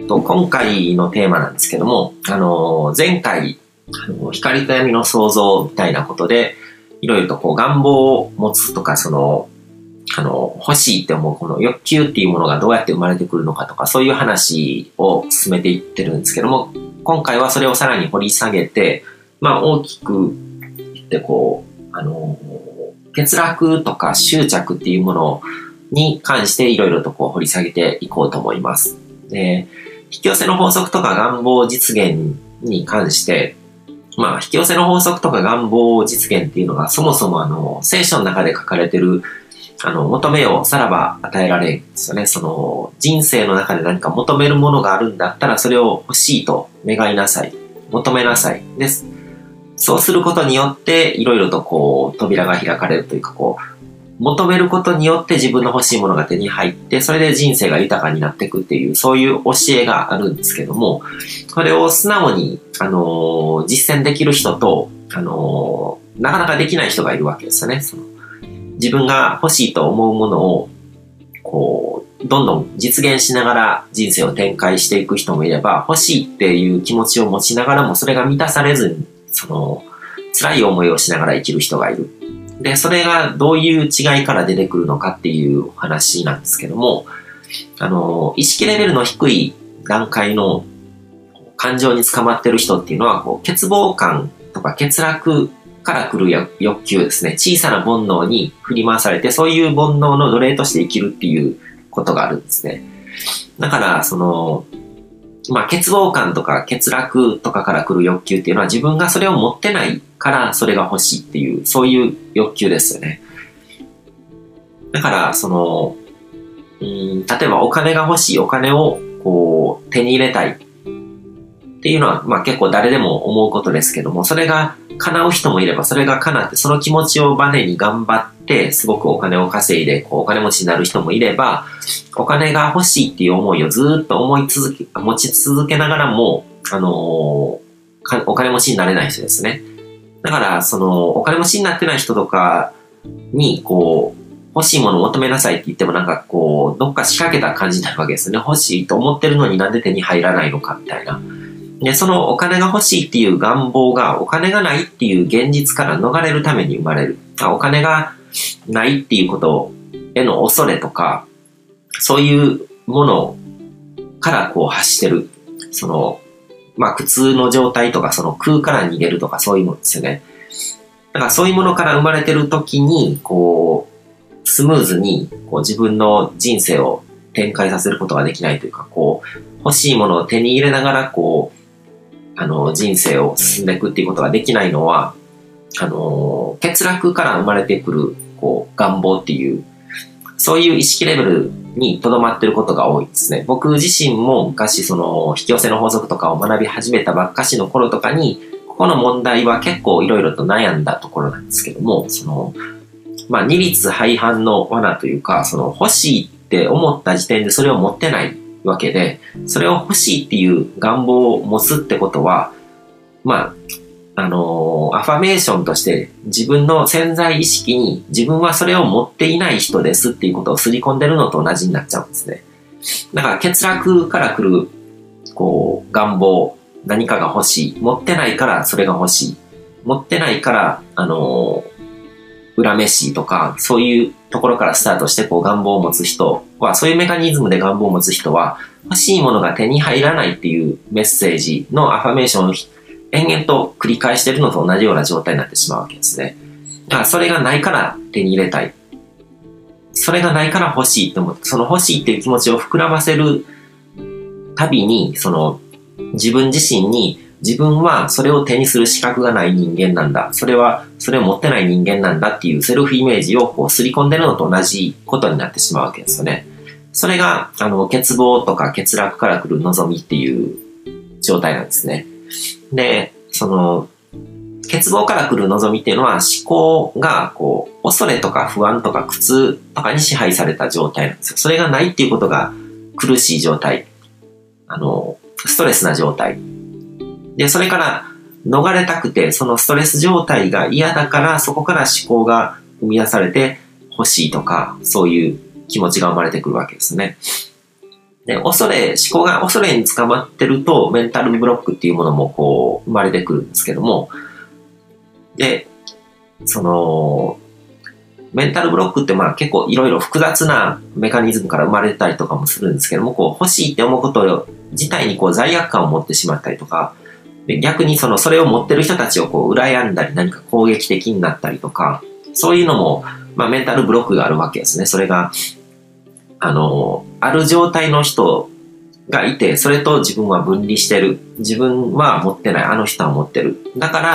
今回のテーマなんですけども、前回、光と闇の創造みたいなことで、いろいろとこう願望を持つとか、欲しいって思うこの欲求っていうものがどうやって生まれてくるのかとか、そういう話を進めていってるんですけども、今回はそれをさらに掘り下げて、大きく言って欠落とか執着っていうものに関していろいろと掘り下げていこうと思います。で、引き寄せの法則とか願望実現に関して、引き寄せの法則とか願望実現っていうのがそもそも聖書の中で書かれてる求めよさらば与えられるんですよね。人生の中で何か求めるものがあるんだったらそれを欲しいと願いなさい。求めなさい。です。そうすることによっていろいろと扉が開かれるというか求めることによって自分の欲しいものが手に入って、それで人生が豊かになっていくっていう、そういう教えがあるんですけども、これを素直に、実践できる人と、なかなかできない人がいるわけですよね。自分が欲しいと思うものを、どんどん実現しながら人生を展開していく人もいれば、欲しいっていう気持ちを持ちながらも、それが満たされずに、辛い思いをしながら生きる人がいる。で、それがどういう違いから出てくるのかっていうお話なんですけども、意識レベルの低い段階の感情に捕まってる人っていうのは、欠乏感とか欠落から来る欲求ですね。小さな煩悩に振り回されて、そういう煩悩の奴隷として生きるっていうことがあるんですね。だから、欠乏感とか欠落とかから来る欲求っていうのは自分がそれを持ってないからそれが欲しいっていう、そういう欲求ですよね。だから、例えばお金が欲しい、お金を手に入れたいっていうのは、結構誰でも思うことですけども、それが叶う人もいれば、それが叶って、その気持ちをバネに頑張って、すごくお金を稼いで、お金持ちになる人もいれば、お金が欲しいっていう思いをずっと持ち続けながらも、お金持ちになれない人ですね。だから、お金持ちになってない人とかに、欲しいものを求めなさいって言ってもどっか仕掛けた感じになるわけですね。欲しいと思ってるのになんで手に入らないのかみたいな。で、そのお金が欲しいっていう願望がお金がないっていう現実から逃れるために生まれる。お金がないっていうことへの恐れとか、そういうものから発してる。苦痛の状態とか、空から逃げるとかそういうものですよね。だからそういうものから生まれてる時に、スムーズに自分の人生を展開させることができないというか、欲しいものを手に入れながら人生を進んでいくっていうことができないのは、欠落から生まれてくる、願望っていう、そういう意識レベルに留まってることが多いですね。僕自身も昔引き寄せの法則とかを学び始めたばっかしの頃とかに、ここの問題は結構いろいろと悩んだところなんですけども、二律背反の罠というか、欲しいって思った時点でそれを持ってないわけで、それを欲しいっていう願望を持つってことは、アファメーションとして自分の潜在意識に自分はそれを持っていない人ですっていうことを刷り込んでるのと同じになっちゃうんですね。だから欠落から来る、願望、何かが欲しい。持ってないからそれが欲しい。持ってないから、恨めしいとか、そういうところからスタートして願望を持つ人は、そういうメカニズムで願望を持つ人は、欲しいものが手に入らないっていうメッセージのアファメーションを延々と繰り返しているのと同じような状態になってしまうわけですね。だからそれがないから手に入れたい。それがないから欲しいって思って、その欲しいっていう気持ちを膨らませるたびに、自分自身に自分はそれを手にする資格がない人間なんだ。それを持ってない人間なんだっていうセルフイメージを刷り込んでるのと同じことになってしまうわけですよね。それが、欠乏とか欠落から来る望みっていう状態なんですね。で、欠乏から来る望みっていうのは思考が、恐れとか不安とか苦痛とかに支配された状態なんですよ。それがないっていうことが苦しい状態。ストレスな状態。で、それから逃れたくて、そのストレス状態が嫌だから、そこから思考が生み出されて欲しいとか、そういう気持ちが生まれてくるわけですね。 で、思考が恐れに捕まってると、メンタルブロックっていうものもこう、生まれてくるんですけども、で、メンタルブロックって結構いろいろ複雑なメカニズムから生まれたりとかもするんですけども、欲しいって思うこと自体に罪悪感を持ってしまったりとか、で逆にそれを持ってる人たちを羨んだり何か攻撃的になったりとか、そういうのも、メンタルブロックがあるわけですね。それが、ある状態の人がいて、それと自分は分離してる。自分は持ってない。あの人は持ってる。だから、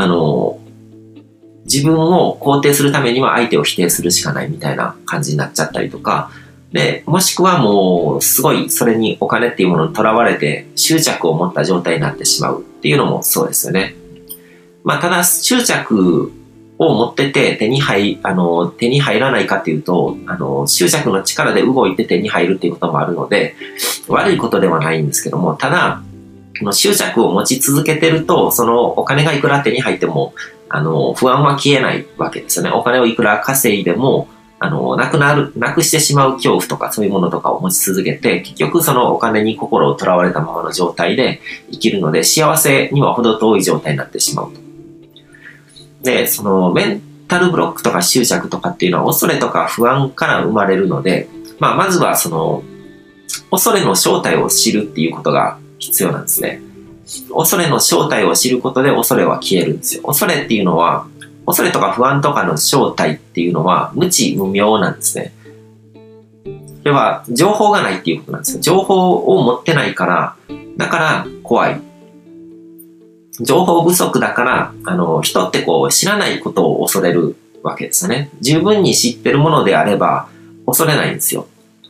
自分を肯定するためには相手を否定するしかないみたいな感じになっちゃったりとか、で、もしくはもう、すごいそれにお金っていうものにとらわれて執着を持った状態になってしまうっていうのもそうですよね。ただ、執着を持ってて手に入らないかっていうと、執着の力で動いて手に入るっていうこともあるので、悪いことではないんですけども、ただ、執着を持ち続けてると、そのお金がいくら手に入っても、不安は消えないわけですよね。お金をいくら稼いでも、なくしてしまう恐怖とかそういうものとかを持ち続けて、結局そのお金に心をとらわれたままの状態で生きるので、幸せには程遠い状態になってしまうと。で、メンタルブロックとか執着とかっていうのは恐れとか不安から生まれるので、まずは恐れの正体を知るっていうことが必要なんですね。恐れの正体を知ることで恐れは消えるんですよ。恐れとか不安とかの正体っていうのは無知無明なんですね。それは情報がないっていうことなんですよ。情報を持ってないから、だから怖い。情報不足だから、人って知らないことを恐れるわけですよね。十分に知ってるものであれば恐れないんですよ。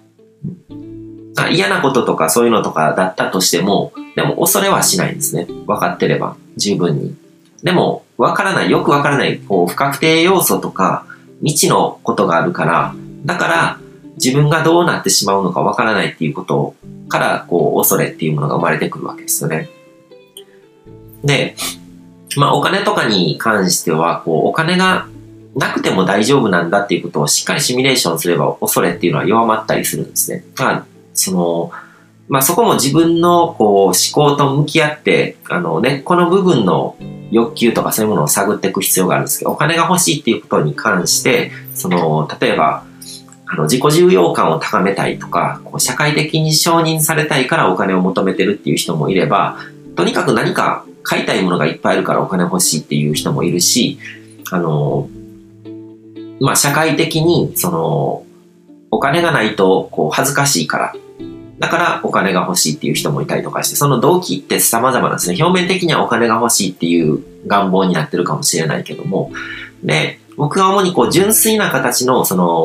嫌なこととかそういうのとかだったとしても、でも恐れはしないんですね。分かってれば、十分に。でも、よくわからない、不確定要素とか、未知のことがあるから、だから、自分がどうなってしまうのかわからないっていうことから、恐れっていうものが生まれてくるわけですよね。で、お金とかに関しては、お金がなくても大丈夫なんだっていうことをしっかりシミュレーションすれば、恐れっていうのは弱まったりするんですね。そこも自分の思考と向き合って、根っこの部分の欲求とかそういうものを探っていく必要があるんですけど、お金が欲しいっていうことに関して、例えば、自己重要感を高めたいとか、社会的に承認されたいからお金を求めてるっていう人もいれば、とにかく何か買いたいものがいっぱいあるからお金欲しいっていう人もいるし、社会的に、お金がないと恥ずかしいから、だからお金が欲しいっていう人もいたりとかして、その動機って様々なんですね。表面的にはお金が欲しいっていう願望になってるかもしれないけども。で、僕が主に純粋な形の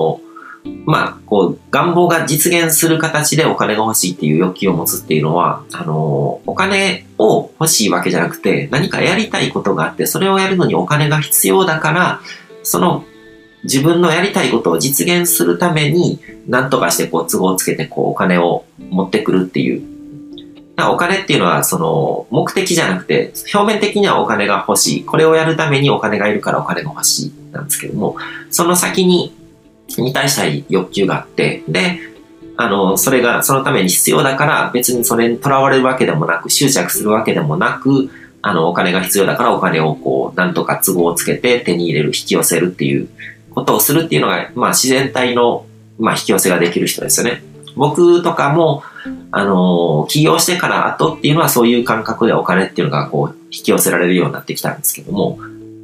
願望が実現する形でお金が欲しいっていう欲求を持つっていうのは、お金を欲しいわけじゃなくて、何かやりたいことがあって、それをやるのにお金が必要だから、自分のやりたいことを実現するために、何とかして都合をつけてお金を持ってくるっていう。お金っていうのは目的じゃなくて、表面的にはお金が欲しい。これをやるためにお金がいるからお金が欲しいなんですけども、その先に満たしたい欲求があって、で、それがそのために必要だから別にそれにとらわれるわけでもなく、執着するわけでもなく、お金が必要だからお金をなんとか都合をつけて手に入れる、引き寄せるっていうことをするっていうのが、自然体の、引き寄せができる人ですよね。僕とかも、起業してから後っていうのはそういう感覚でお金っていうのが引き寄せられるようになってきたんですけども。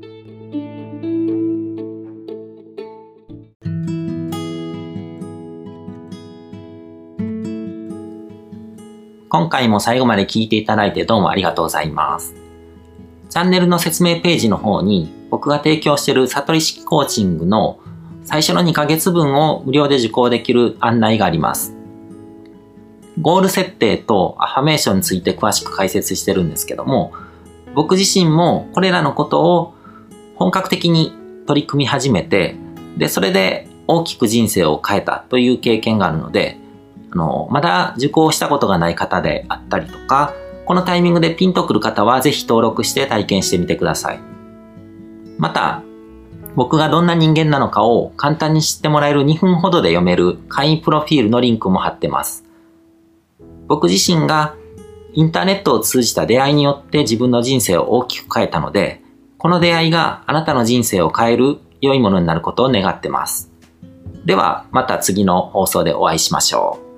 今回も最後まで聞いていただいてどうもありがとうございます。チャンネルの説明ページの方に僕が提供している悟り式コーチングの最初の2ヶ月分を無料で受講できる案内があります。ゴール設定とアファメーションについて詳しく解説してるんですけども、僕自身もこれらのことを本格的に取り組み始めて、で、それで大きく人生を変えたという経験があるので、まだ受講したことがない方であったりとか、このタイミングでピンとくる方はぜひ登録して体験してみてください。また、僕がどんな人間なのかを簡単に知ってもらえる2分ほどで読める会員プロフィールのリンクも貼ってます。 僕自身がインターネットを通じた出会いによって自分の人生を大きく変えたので、この出会いがあなたの人生を変える良いものになることを願ってます。ではまた次の放送でお会いしましょう。